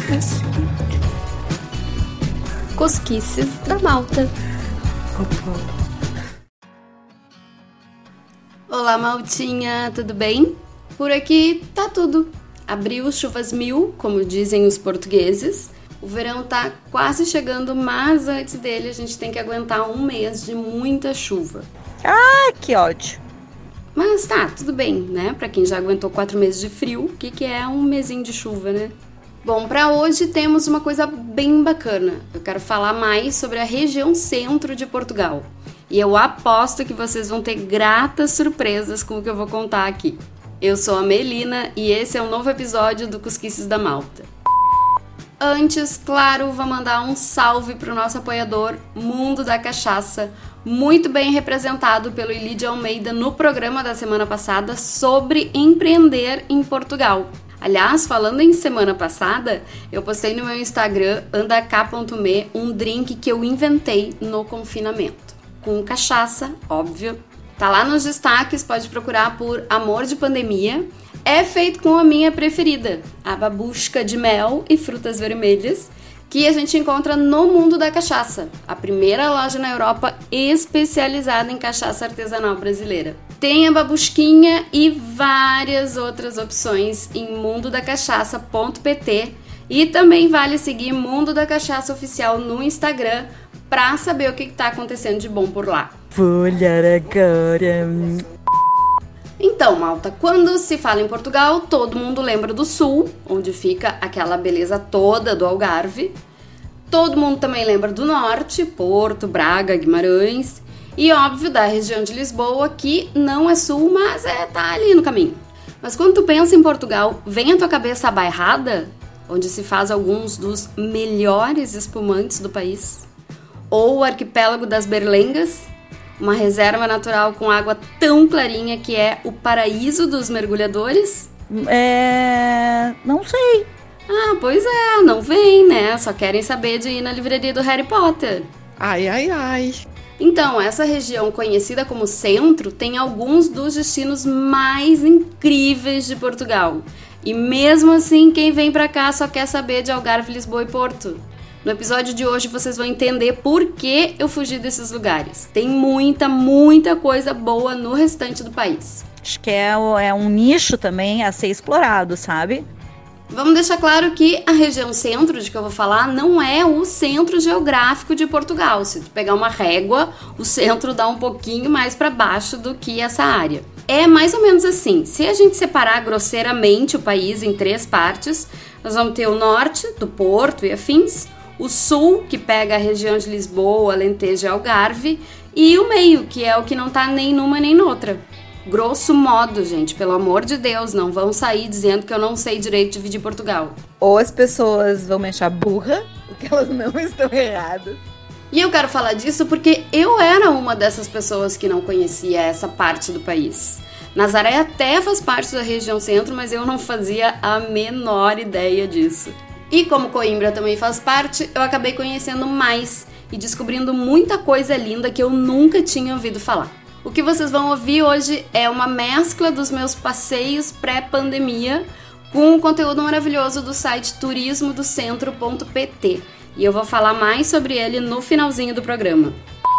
Cosquices da Malta. Olá, Maltinha, tudo bem? Por aqui tá tudo. Abriu chuvas mil, como dizem os portugueses. O verão tá quase chegando, mas antes dele a gente tem que aguentar um mês de muita chuva. Ah, que ódio. Mas tá, tudo bem, né? Pra quem já aguentou 4 meses de frio, o que é um mesinho de chuva, né? Bom, pra hoje temos uma coisa bem bacana. Eu quero falar mais sobre a região centro de Portugal. E eu aposto que vocês vão ter gratas surpresas com o que eu vou contar aqui. Eu sou a Melina e esse é um novo episódio do Cosquices da Malta. Antes, claro, vou mandar um salve pro nosso apoiador Mundo da Cachaça, muito bem representado pelo Elidio Almeida no programa da semana passada sobre empreender em Portugal. Aliás, falando em semana passada, eu postei no meu Instagram, andacá.me, um drink que eu inventei no confinamento. Com cachaça, óbvio. Tá lá nos destaques, pode procurar por Amor de Pandemia. É feito com a minha preferida, a babusca de mel e frutas vermelhas, que a gente encontra no Mundo da Cachaça, a primeira loja na Europa especializada em cachaça artesanal brasileira. Tem a babusquinha e várias outras opções em mundodacachaça.pt e também vale seguir Mundo da Cachaça Oficial no Instagram para saber o que está acontecendo de bom por lá. Vou olhar agora. Então, malta, quando se fala em Portugal, todo mundo lembra do sul, onde fica aquela beleza toda do Algarve. Todo mundo também lembra do norte, Porto, Braga, Guimarães. E, óbvio, da região de Lisboa, que não é sul, mas tá ali no caminho. Mas quando tu pensa em Portugal, vem à tua cabeça a Bairrada, onde se faz alguns dos melhores espumantes do país? Ou o arquipélago das Berlengas, uma reserva natural com água tão clarinha que é o paraíso dos mergulhadores? Não sei. Ah, pois é, não vem, né? Só querem saber de ir na livraria do Harry Potter. Ai, ai, ai. Então, essa região conhecida como centro tem alguns dos destinos mais incríveis de Portugal. E mesmo assim, quem vem pra cá só quer saber de Algarve, Lisboa e Porto. No episódio de hoje vocês vão entender por que eu fugi desses lugares. Tem muita coisa boa no restante do país. Acho que é um nicho também a ser explorado, sabe? Vamos deixar claro que a região centro de que eu vou falar não é o centro geográfico de Portugal. Se tu pegar uma régua, o centro dá um pouquinho mais para baixo do que essa área. É mais ou menos assim. Se a gente separar grosseiramente o país em 3 partes, nós vamos ter o norte, do Porto e afins, o sul, que pega a região de Lisboa, Alentejo e Algarve, e o meio, que é o que não tá nem numa nem noutra. Grosso modo, gente, pelo amor de Deus, não vão sair dizendo que eu não sei direito dividir Portugal. Ou as pessoas vão me achar burra, porque elas não estão erradas. E eu quero falar disso porque eu era uma dessas pessoas que não conhecia essa parte do país. Nazaré até faz parte da região centro, mas eu não fazia a menor ideia disso. E como Coimbra também faz parte, eu acabei conhecendo mais e descobrindo muita coisa linda que eu nunca tinha ouvido falar. O que vocês vão ouvir hoje é uma mescla dos meus passeios pré-pandemia com o conteúdo maravilhoso do site turismodocentro.pt e eu vou falar mais sobre ele no finalzinho do programa.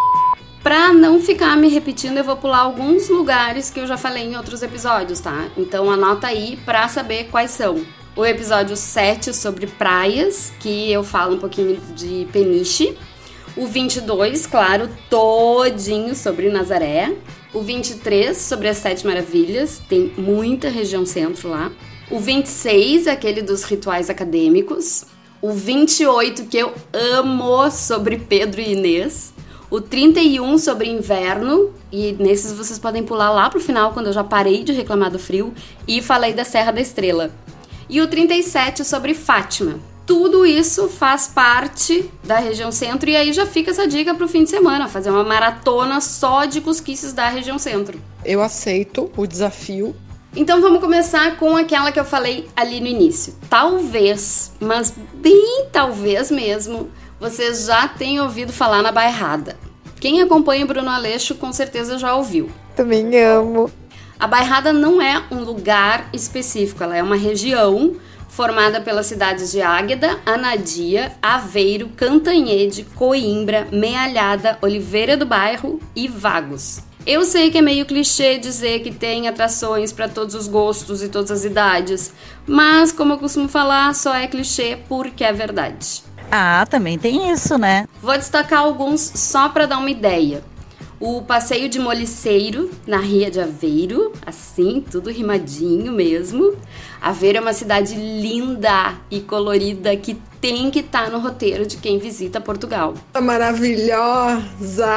Pra não ficar me repetindo, eu vou pular alguns lugares que eu já falei em outros episódios, tá? Então anota aí pra saber quais são. O episódio 7 sobre praias, que eu falo um pouquinho de Peniche. O 22, claro, todinho sobre Nazaré. O 23, sobre as 7 maravilhas, tem muita região centro lá. O 26, aquele dos rituais acadêmicos. O 28, que eu amo, sobre Pedro e Inês. O 31, sobre inverno. E nesses vocês podem pular lá pro final, quando eu já parei de reclamar do frio. E falei da Serra da Estrela. E o 37 sobre Fátima. Tudo isso faz parte da região centro e aí já fica essa dica pro fim de semana, fazer uma maratona só de cosquices da região centro. Eu aceito o desafio. Então vamos começar com aquela que eu falei ali no início. Talvez, mas bem talvez mesmo, vocês já tenham ouvido falar na Bairrada. Quem acompanha o Bruno Aleixo com certeza já ouviu. Também amo. A Bairrada não é um lugar específico, ela é uma região formada pelas cidades de Águeda, Anadia, Aveiro, Cantanhede, Coimbra, Mealhada, Oliveira do Bairro e Vagos. Eu sei que é meio clichê dizer que tem atrações para todos os gostos e todas as idades, mas como eu costumo falar, só é clichê porque é verdade. Ah, também tem isso, né? Vou destacar alguns só para dar uma ideia. O Passeio de Moliceiro, na Ria de Aveiro, assim, tudo rimadinho mesmo. Aveiro é uma cidade linda e colorida que tem que estar no roteiro de quem visita Portugal. Maravilhosa!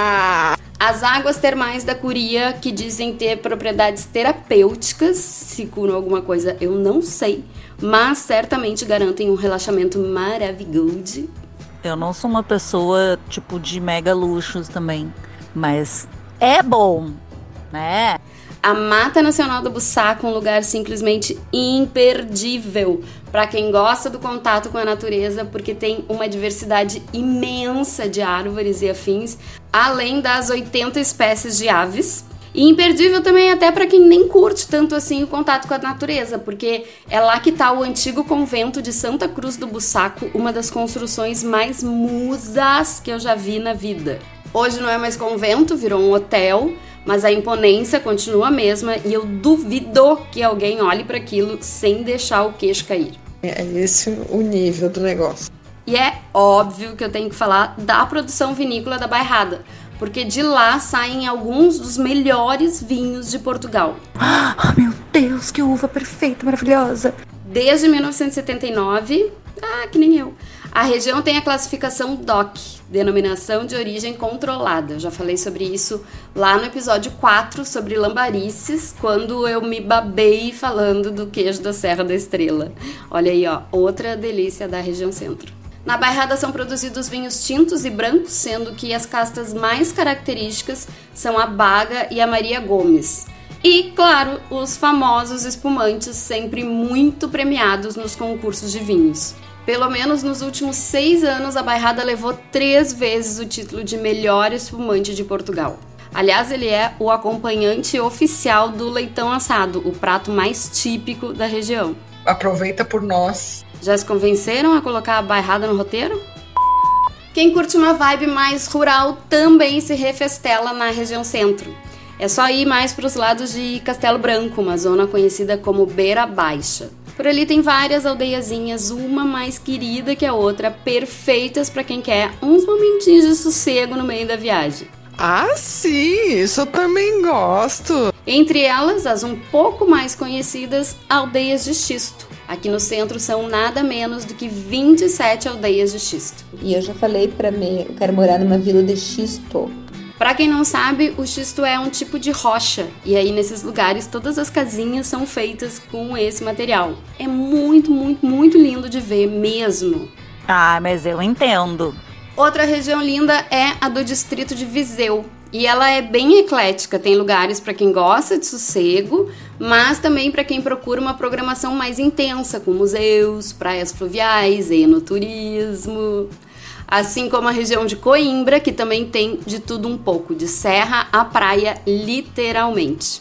As águas termais da Curia, que dizem ter propriedades terapêuticas, se curam alguma coisa eu não sei, mas certamente garantem um relaxamento maravilhoso. Eu não sou uma pessoa, tipo, de mega luxos também, mas é bom, né? A Mata Nacional do Bussaco, um lugar simplesmente imperdível para quem gosta do contato com a natureza, porque tem uma diversidade imensa de árvores e afins, além das 80 espécies de aves. E imperdível também até para quem nem curte tanto assim o contato com a natureza, porque é lá que está o antigo convento de Santa Cruz do Bussaco, uma das construções mais musas que eu já vi na vida. Hoje não é mais convento, virou um hotel, mas a imponência continua a mesma e eu duvido que alguém olhe para aquilo sem deixar o queixo cair. É esse o nível do negócio. E é óbvio que eu tenho que falar da produção vinícola da Bairrada, porque de lá saem alguns dos melhores vinhos de Portugal. Ah, meu Deus, que uva perfeita, maravilhosa! Desde 1979, que nem eu, a região tem a classificação DOC, Denominação de Origem Controlada. Eu já falei sobre isso lá no episódio 4, sobre lambarices, quando eu me babei falando do queijo da Serra da Estrela. Olha aí, ó, outra delícia da região centro. Na Bairrada são produzidos vinhos tintos e brancos, sendo que as castas mais características são a Baga e a Maria Gomes. E, claro, os famosos espumantes, sempre muito premiados nos concursos de vinhos. Pelo menos nos últimos 6 anos, a Bairrada levou 3 vezes o título de melhor espumante de Portugal. Aliás, ele é o acompanhante oficial do leitão assado, o prato mais típico da região. Aproveita por nós. Já se convenceram a colocar a Bairrada no roteiro? Quem curte uma vibe mais rural também se refestela na região centro. É só ir mais para os lados de Castelo Branco, uma zona conhecida como Beira Baixa. Por ali tem várias aldeiazinhas, uma mais querida que a outra, perfeitas para quem quer uns momentinhos de sossego no meio da viagem. Ah, sim, isso eu também gosto. Entre elas, as um pouco mais conhecidas, aldeias de xisto. Aqui no centro são nada menos do que 27 aldeias de xisto. E eu já falei pra mim, eu quero morar numa vila de xisto. Para quem não sabe, o xisto é um tipo de rocha, e aí nesses lugares todas as casinhas são feitas com esse material. É muito, muito, muito lindo de ver mesmo. Ah, mas eu entendo. Outra região linda é a do distrito de Viseu, e ela é bem eclética, tem lugares para quem gosta de sossego, mas também para quem procura uma programação mais intensa, com museus, praias fluviais, enoturismo. Assim como a região de Coimbra, que também tem de tudo um pouco, de serra à praia, literalmente.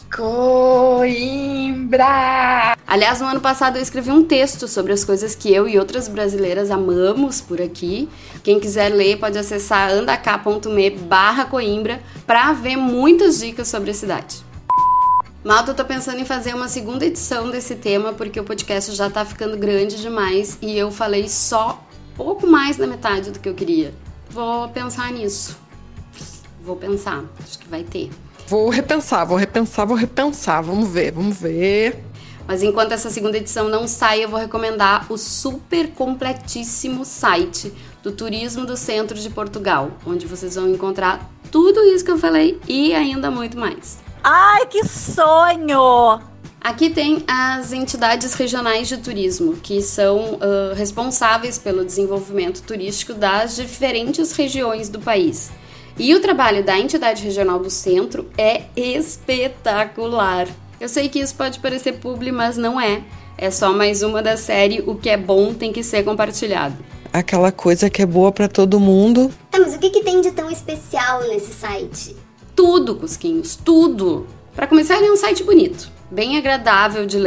Coimbra! Aliás, no ano passado eu escrevi um texto sobre as coisas que eu e outras brasileiras amamos por aqui. Quem quiser ler pode acessar andacá.me/Coimbra para ver muitas dicas sobre a cidade. Malta, eu tô pensando em fazer uma segunda edição desse tema, porque o podcast já tá ficando grande demais e eu falei só pouco mais da metade do que eu queria. Vou pensar nisso. Vou pensar. Acho que vai ter. Vou repensar. Vamos ver. Mas enquanto essa segunda edição não sai, eu vou recomendar o super completíssimo site do Turismo do Centro de Portugal, onde vocês vão encontrar tudo isso que eu falei e ainda muito mais. Ai, que sonho! Aqui tem as entidades regionais de turismo, que são responsáveis pelo desenvolvimento turístico das diferentes regiões do país. E o trabalho da entidade regional do centro é espetacular. Eu sei que isso pode parecer publi, mas não é. É só mais uma da série O que é bom tem que ser compartilhado. Aquela coisa que é boa pra todo mundo. Tá, mas o que tem de tão especial nesse site? Tudo, Cusquinhos, tudo. Pra começar, ele é um site bonito, bem agradável de ler.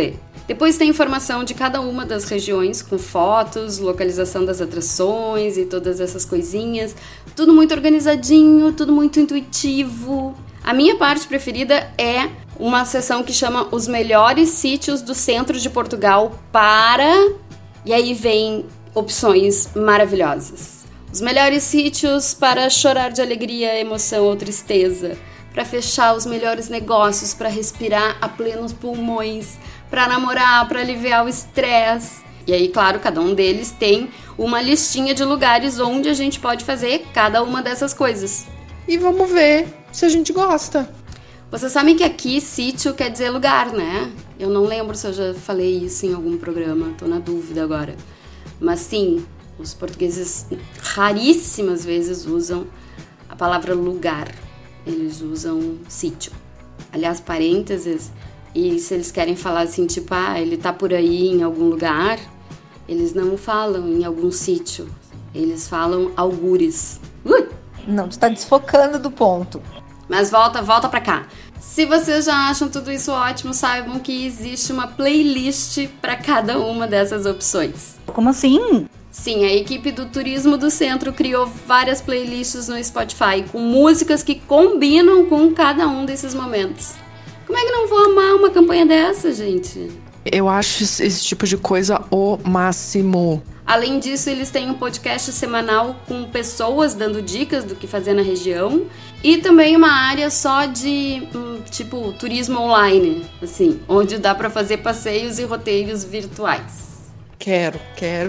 Depois tem informação de cada uma das regiões, com fotos, localização das atrações e todas essas coisinhas. Tudo muito organizadinho, tudo muito intuitivo. A minha parte preferida é uma seção que chama Os Melhores Sítios do Centro de Portugal para... E aí vem opções maravilhosas. Os melhores sítios para chorar de alegria, emoção ou tristeza. Para fechar os melhores negócios, para respirar a plenos pulmões, para namorar, para aliviar o estresse. E aí, claro, cada um deles tem uma listinha de lugares onde a gente pode fazer cada uma dessas coisas. E vamos ver se a gente gosta. Vocês sabem que aqui sítio quer dizer lugar, né? Eu não lembro se eu já falei isso em algum programa, tô na dúvida agora. Mas sim, os portugueses raríssimas vezes usam a palavra lugar. Eles usam sítio. Aliás, parênteses, e se eles querem falar assim, tipo, ele tá por aí em algum lugar, eles não falam em algum sítio. Eles falam algures. Não, tu tá desfocando do ponto. Mas volta pra cá. Se vocês já acham tudo isso ótimo, saibam que existe uma playlist para cada uma dessas opções. Como assim? Sim, a equipe do Turismo do Centro criou várias playlists no Spotify com músicas que combinam com cada um desses momentos. Como é que não vou amar uma campanha dessa, gente? Eu acho esse tipo de coisa o máximo. Além disso, eles têm um podcast semanal com pessoas dando dicas do que fazer na região e também uma área só de, tipo, turismo online, assim, onde dá pra fazer passeios e roteiros virtuais. Quero.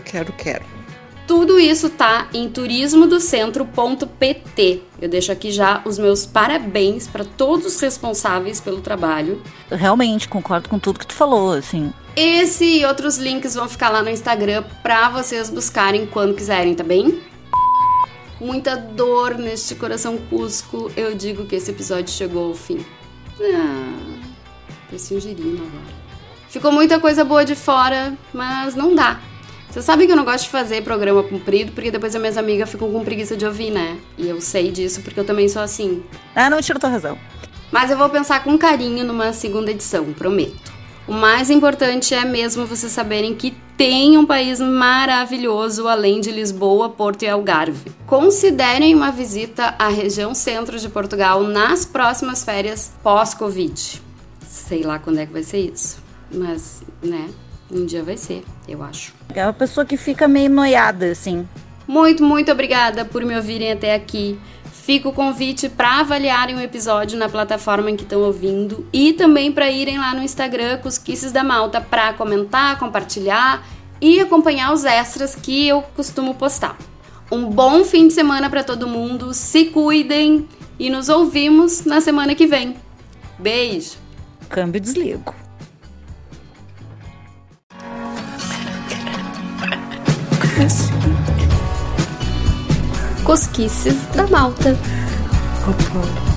Tudo isso tá em turismodocentro.pt. Eu deixo aqui já os meus parabéns para todos os responsáveis pelo trabalho. Eu realmente concordo com tudo que tu falou, assim. Esse e outros links vão ficar lá no Instagram pra vocês buscarem quando quiserem, tá bem? Com muita dor neste coração cusco, eu digo que esse episódio chegou ao fim. Parece um girino agora. Ficou muita coisa boa de fora, mas não dá. Vocês sabem que eu não gosto de fazer programa comprido, porque depois as minhas amigas ficam com preguiça de ouvir, né? E eu sei disso porque eu também sou assim. Não tiro tua razão. Mas eu vou pensar com carinho numa segunda edição, prometo. O mais importante é mesmo vocês saberem que tem um país maravilhoso além de Lisboa, Porto e Algarve. Considerem uma visita à região centro de Portugal nas próximas férias pós-Covid. Sei lá quando é que vai ser isso, mas, né, um dia vai ser, eu acho. É uma pessoa que fica meio noiada, assim. Muito, muito obrigada por me ouvirem até aqui. Fica o convite para avaliarem o episódio na plataforma em que estão ouvindo e também para irem lá no Instagram Cosquices da Malta para comentar, compartilhar e acompanhar os extras que eu costumo postar. Um bom fim de semana para todo mundo, se cuidem e nos ouvimos na semana que vem. Beijo! Câmbio e desligo. Cosquices da Malta. Opa.